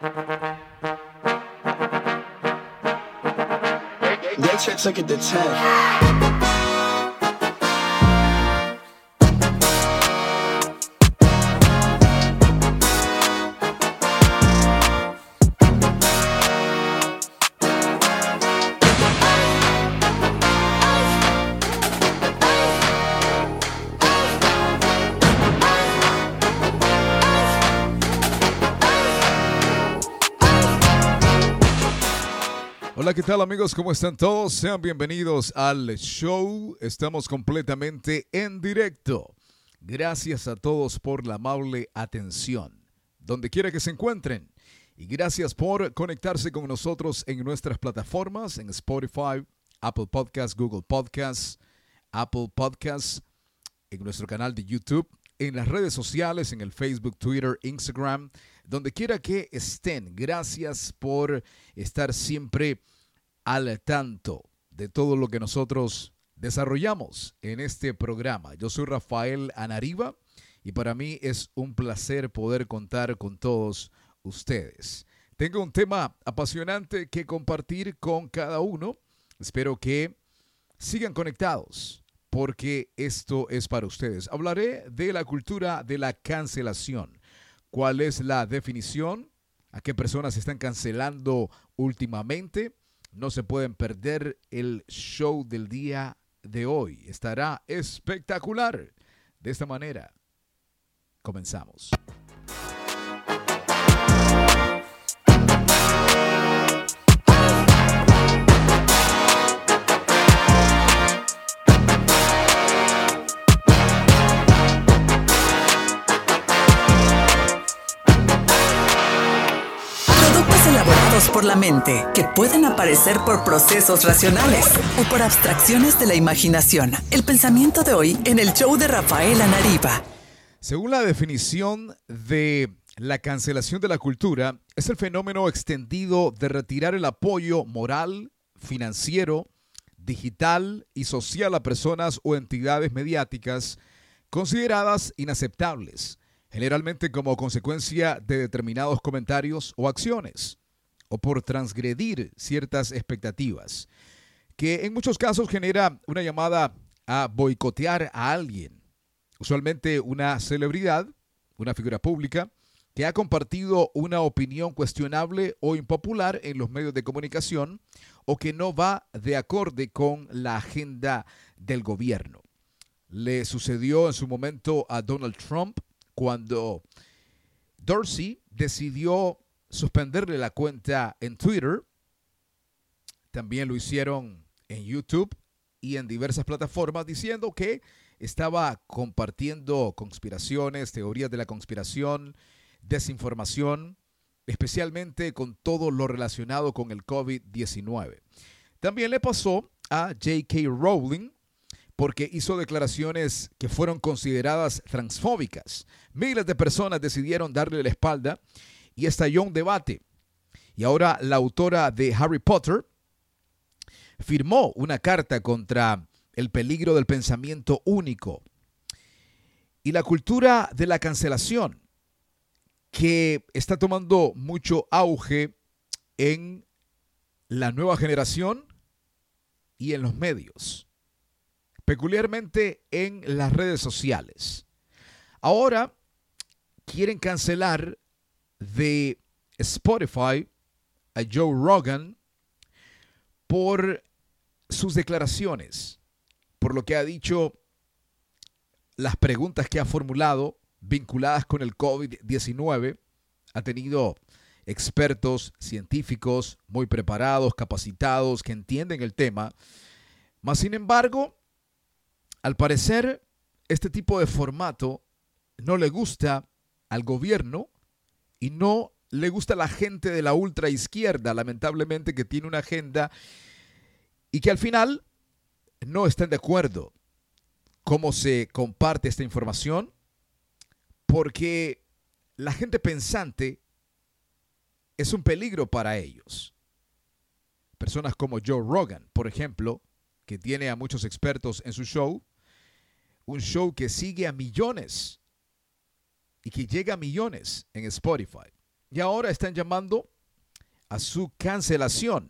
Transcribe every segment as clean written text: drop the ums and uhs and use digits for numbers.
They took it to 10. Hola, ¿qué tal amigos? ¿Cómo están todos? Sean bienvenidos al show. Estamos completamente en directo. Gracias a todos por la amable atención, donde quiera que se encuentren. Y gracias por conectarse con nosotros en nuestras plataformas, en Spotify, Apple Podcasts, Google Podcasts, Apple Podcasts, en nuestro canal de YouTube, en las redes sociales, en el Facebook, Twitter, Instagram, donde quiera que estén. Gracias por estar siempre al tanto de todo lo que nosotros desarrollamos en este programa. Yo soy Rafael Anariba y para mí es un placer poder contar con todos ustedes. Tengo un tema apasionante que compartir con cada uno. Espero que sigan conectados porque esto es para ustedes. Hablaré de la cultura de la cancelación. ¿Cuál es la definición? ¿A qué personas se están cancelando últimamente? No se pueden perder el show del día de hoy. Estará espectacular. De esta manera, comenzamos. Por la mente, que pueden aparecer por procesos racionales o por abstracciones de la imaginación. El pensamiento de hoy en el show de Rafael Anariba. Según la definición de la cancelación de la cultura, es el fenómeno extendido de retirar el apoyo moral, financiero, digital y social a personas o entidades mediáticas consideradas inaceptables, generalmente como consecuencia de determinados comentarios o acciones, o por transgredir ciertas expectativas, que en muchos casos genera una llamada a boicotear a alguien, usualmente una celebridad, una figura pública, que ha compartido una opinión cuestionable o impopular en los medios de comunicación o que no va de acorde con la agenda del gobierno. Le sucedió en su momento a Donald Trump cuando Dorsey decidió suspenderle la cuenta en Twitter. También lo hicieron en YouTube y en diversas plataformas diciendo que estaba compartiendo conspiraciones, teorías de la conspiración, desinformación, especialmente con todo lo relacionado con el COVID-19. También le pasó a J.K. Rowling porque hizo declaraciones que fueron consideradas transfóbicas. Miles de personas decidieron darle la espalda y estalló un debate. Y ahora la autora de Harry Potter firmó una carta contra el peligro del pensamiento único y la cultura de la cancelación, que está tomando mucho auge en la nueva generación y en los medios, peculiarmente en las redes sociales. Ahora quieren cancelar de Spotify a Joe Rogan por sus declaraciones, por lo que ha dicho, las preguntas que ha formulado vinculadas con el COVID-19. Ha tenido expertos científicos muy preparados, capacitados, que entienden el tema. Mas, sin embargo, al parecer, este tipo de formato no le gusta al gobierno y no le gusta a la gente de la ultraizquierda, lamentablemente, que tiene una agenda y que al final no están de acuerdo cómo se comparte esta información, porque la gente pensante es un peligro para ellos. Personas como Joe Rogan, por ejemplo, que tiene a muchos expertos en su show, un show que sigue a millones y que llega a millones en Spotify. y ahora están llamando a su cancelación.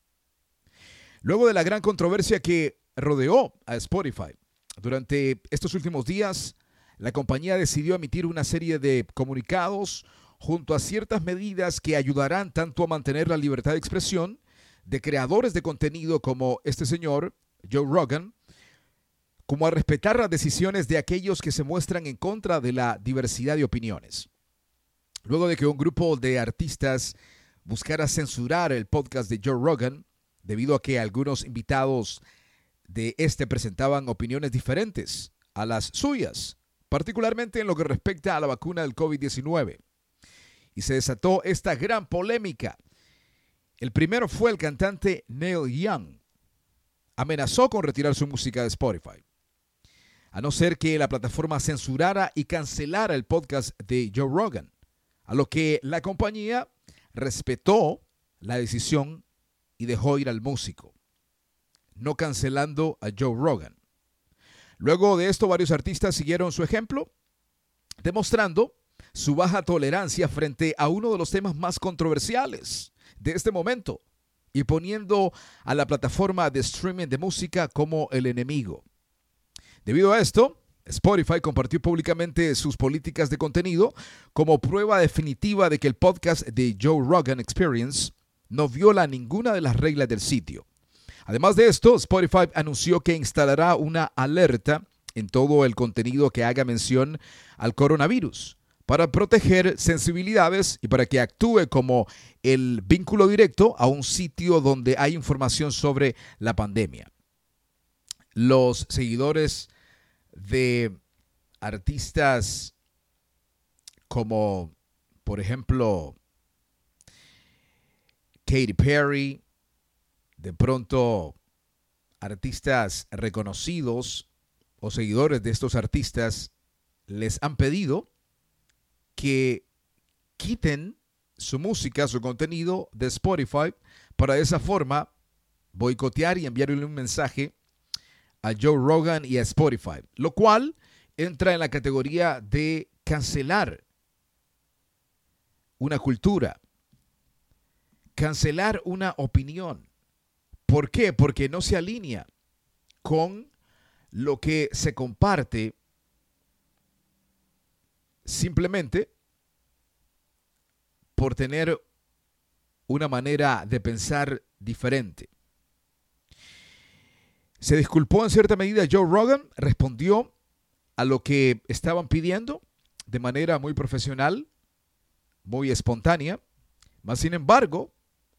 Luego de la gran controversia que rodeó a Spotify, durante estos últimos días, la compañía decidió emitir una serie de comunicados junto a ciertas medidas que ayudarán tanto a mantener la libertad de expresión de creadores de contenido como este señor, Joe Rogan, como a respetar las decisiones de aquellos que se muestran en contra de la diversidad de opiniones. Luego de que un grupo de artistas buscara censurar el podcast de Joe Rogan, debido a que algunos invitados de este presentaban opiniones diferentes a las suyas, particularmente en lo que respecta a la vacuna del COVID-19. Y se desató esta gran polémica. El primero fue el cantante Neil Young. Amenazó con retirar su música de Spotify, a no ser que la plataforma censurara y cancelara el podcast de Joe Rogan, a lo que la compañía respetó la decisión y dejó ir al músico, no cancelando a Joe Rogan. Luego de esto, varios artistas siguieron su ejemplo, demostrando su baja tolerancia frente a uno de los temas más controversiales de este momento y poniendo a la plataforma de streaming de música como el enemigo. Debido a esto, Spotify compartió públicamente sus políticas de contenido como prueba definitiva de que el podcast de Joe Rogan Experience no viola ninguna de las reglas del sitio. Además de esto, Spotify anunció que instalará una alerta en todo el contenido que haga mención al coronavirus para proteger sensibilidades y para que actúe como el vínculo directo a un sitio donde hay información sobre la pandemia. Los seguidores de artistas como, por ejemplo, Katy Perry, de pronto artistas reconocidos o seguidores de estos artistas les han pedido que quiten su música, su contenido de Spotify para de esa forma boicotear y enviarle un mensaje a Joe Rogan y a Spotify, lo cual entra en la categoría de cancelar una cultura, cancelar una opinión. ¿Por qué? Porque no se alinea con lo que se comparte simplemente por tener una manera de pensar diferente. Se disculpó en cierta medida Joe Rogan, respondió a lo que estaban pidiendo de manera muy profesional, muy espontánea, mas sin embargo,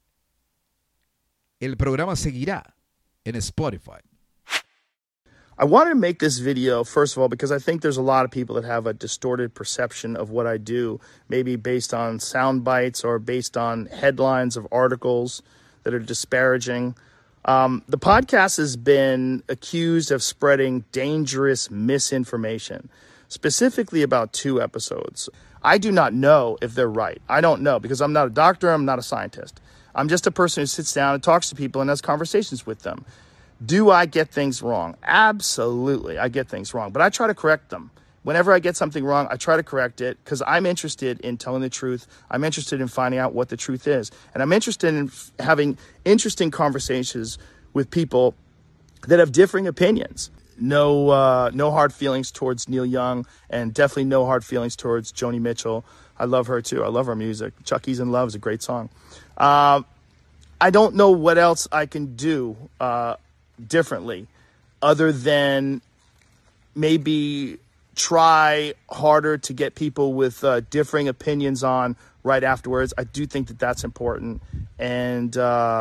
el programa seguirá en Spotify. I wanted to make this video, first of all, because I think there's a lot of people that have a distorted perception of what I do, maybe based on sound bites or based on headlines of articles that are disparaging. The podcast has been accused of spreading dangerous misinformation, specifically about 2 episodes. I do not know if they're right. I don't know because I'm not a doctor. I'm not a scientist. I'm just a person who sits down and talks to people and has conversations with them. Do I get things wrong? Absolutely, I get things wrong, but I try to correct them. Whenever I get something wrong, I try to correct it because I'm interested in telling the truth. I'm interested in finding out what the truth is. And I'm interested in having interesting conversations with people that have differing opinions. No hard feelings towards Neil Young, and definitely no hard feelings towards Joni Mitchell. I love her too. I love her music. Chucky's in Love is a great song. I don't know what else I can do differently other than maybe try harder to get people with differing opinions on right afterwards. I do think that that's important, and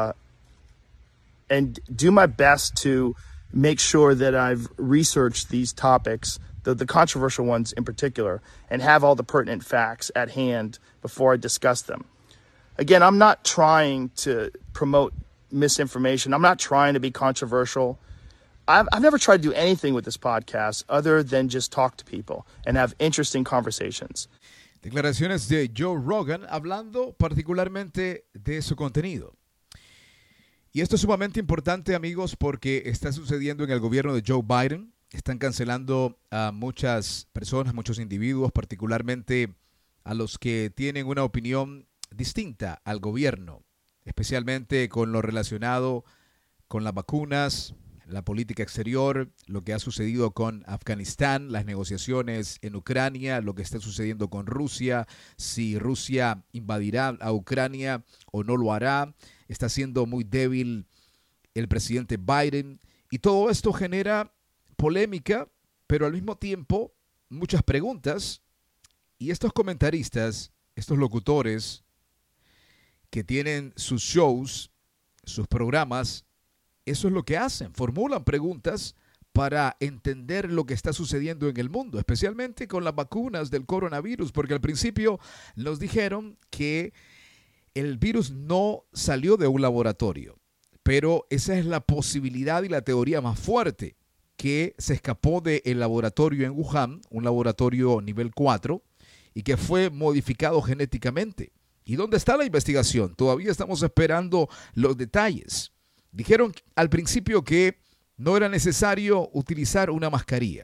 do my best to make sure that I've researched these topics, the controversial ones in particular, and have all the pertinent facts at hand before I discuss them. Again, I'm not trying to promote misinformation. I'm not trying to be controversial. I've never tried to do anything with this podcast other than just talk to people and have interesting conversations. Declaraciones de Joe Rogan hablando particularmente de su contenido. Y esto es sumamente importante, amigos, porque está sucediendo en el gobierno de Joe Biden. Están cancelando a muchas personas, muchos individuos, particularmente a los que tienen una opinión distinta al gobierno, especialmente con lo relacionado con las vacunas, la política exterior, lo que ha sucedido con Afganistán, las negociaciones en Ucrania, lo que está sucediendo con Rusia, si Rusia invadirá a Ucrania o no lo hará. Está siendo muy débil el presidente Biden y todo esto genera polémica, pero al mismo tiempo muchas preguntas. Y estos comentaristas, estos locutores que tienen sus shows, sus programas, eso es lo que hacen, formulan preguntas para entender lo que está sucediendo en el mundo, especialmente con las vacunas del coronavirus, porque al principio nos dijeron que el virus no salió de un laboratorio, pero esa es la posibilidad y la teoría más fuerte, que se escapó del laboratorio en Wuhan, un laboratorio nivel 4, y que fue modificado genéticamente. ¿Y dónde está la investigación? Todavía estamos esperando los detalles. Dijeron al principio que no era necesario utilizar una mascarilla.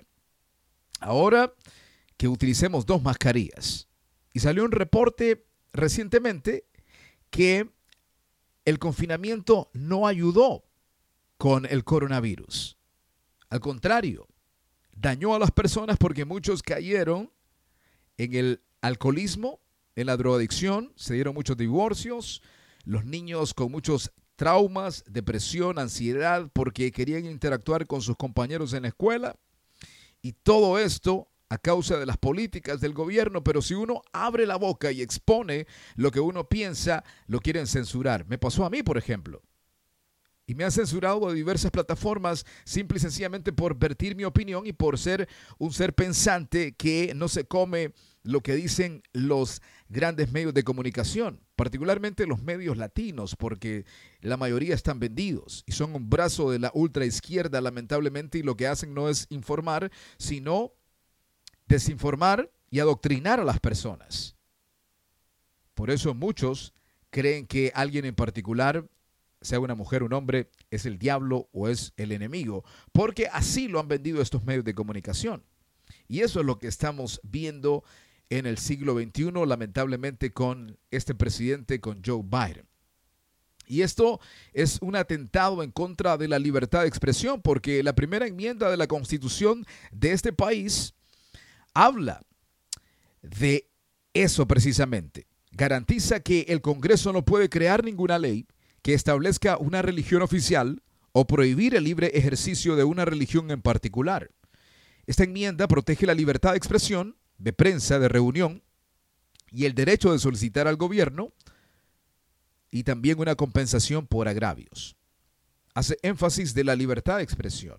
Ahora que utilicemos 2 mascarillas. Y salió un reporte recientemente que el confinamiento no ayudó con el coronavirus. Al contrario, dañó a las personas porque muchos cayeron en el alcoholismo, en la drogadicción, se dieron muchos divorcios, los niños con muchos traumas, depresión, ansiedad, porque querían interactuar con sus compañeros en la escuela. Y todo esto a causa de las políticas del gobierno, pero si uno abre la boca y expone lo que uno piensa, lo quieren censurar. Me pasó a mí, por ejemplo. Y me han censurado de diversas plataformas simple y sencillamente por vertir mi opinión y por ser un ser pensante que no se come lo que dicen los grandes medios de comunicación, particularmente los medios latinos, porque la mayoría están vendidos y son un brazo de la ultraizquierda, lamentablemente, y lo que hacen no es informar, sino desinformar y adoctrinar a las personas. Por eso muchos creen que alguien en particular, sea una mujer o un hombre, es el diablo o es el enemigo, porque así lo han vendido estos medios de comunicación. Y eso es lo que estamos viendo en el siglo XXI, lamentablemente, con este presidente, con Joe Biden. Y esto es un atentado en contra de la libertad de expresión, porque la primera enmienda de la Constitución de este país habla de eso precisamente. Garantiza que el Congreso no puede crear ninguna ley que establezca una religión oficial o prohibir el libre ejercicio de una religión en particular. Esta enmienda protege la libertad de expresión, de prensa, de reunión y el derecho de solicitar al gobierno y también una compensación por agravios. Hace énfasis de la libertad de expresión.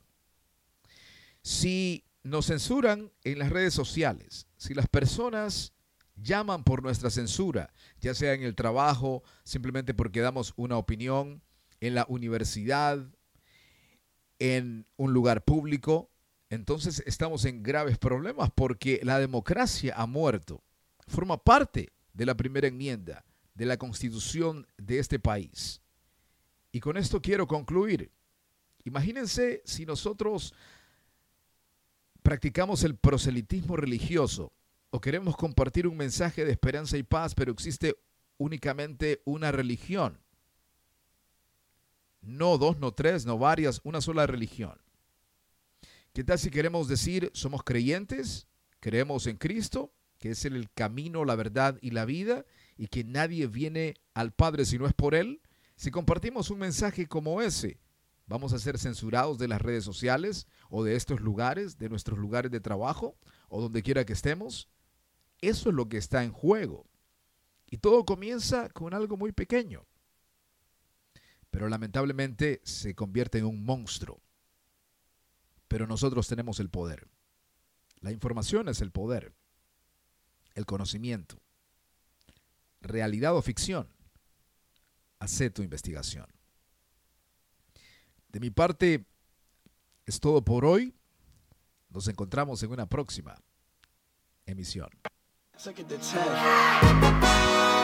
Si nos censuran en las redes sociales, si las personas llaman por nuestra censura, ya sea en el trabajo, simplemente porque damos una opinión, en la universidad, en un lugar público, entonces estamos en graves problemas porque la democracia ha muerto. Forma parte de la primera enmienda de la Constitución de este país. Y con esto quiero concluir. Imagínense si nosotros practicamos el proselitismo religioso o queremos compartir un mensaje de esperanza y paz, pero existe únicamente una religión. No 2, no 3, no varias, una sola religión. ¿Qué tal si queremos decir somos creyentes, creemos en Cristo, que es el camino, la verdad y la vida, y que nadie viene al Padre si no es por Él? Si compartimos un mensaje como ese, ¿vamos a ser censurados de las redes sociales o de estos lugares, de nuestros lugares de trabajo o donde quiera que estemos? Eso es lo que está en juego. Y todo comienza con algo muy pequeño, pero lamentablemente se convierte en un monstruo. Pero nosotros tenemos el poder. La información es el poder. El conocimiento. Realidad o ficción. Haz tu investigación. De mi parte, es todo por hoy. Nos encontramos en una próxima emisión.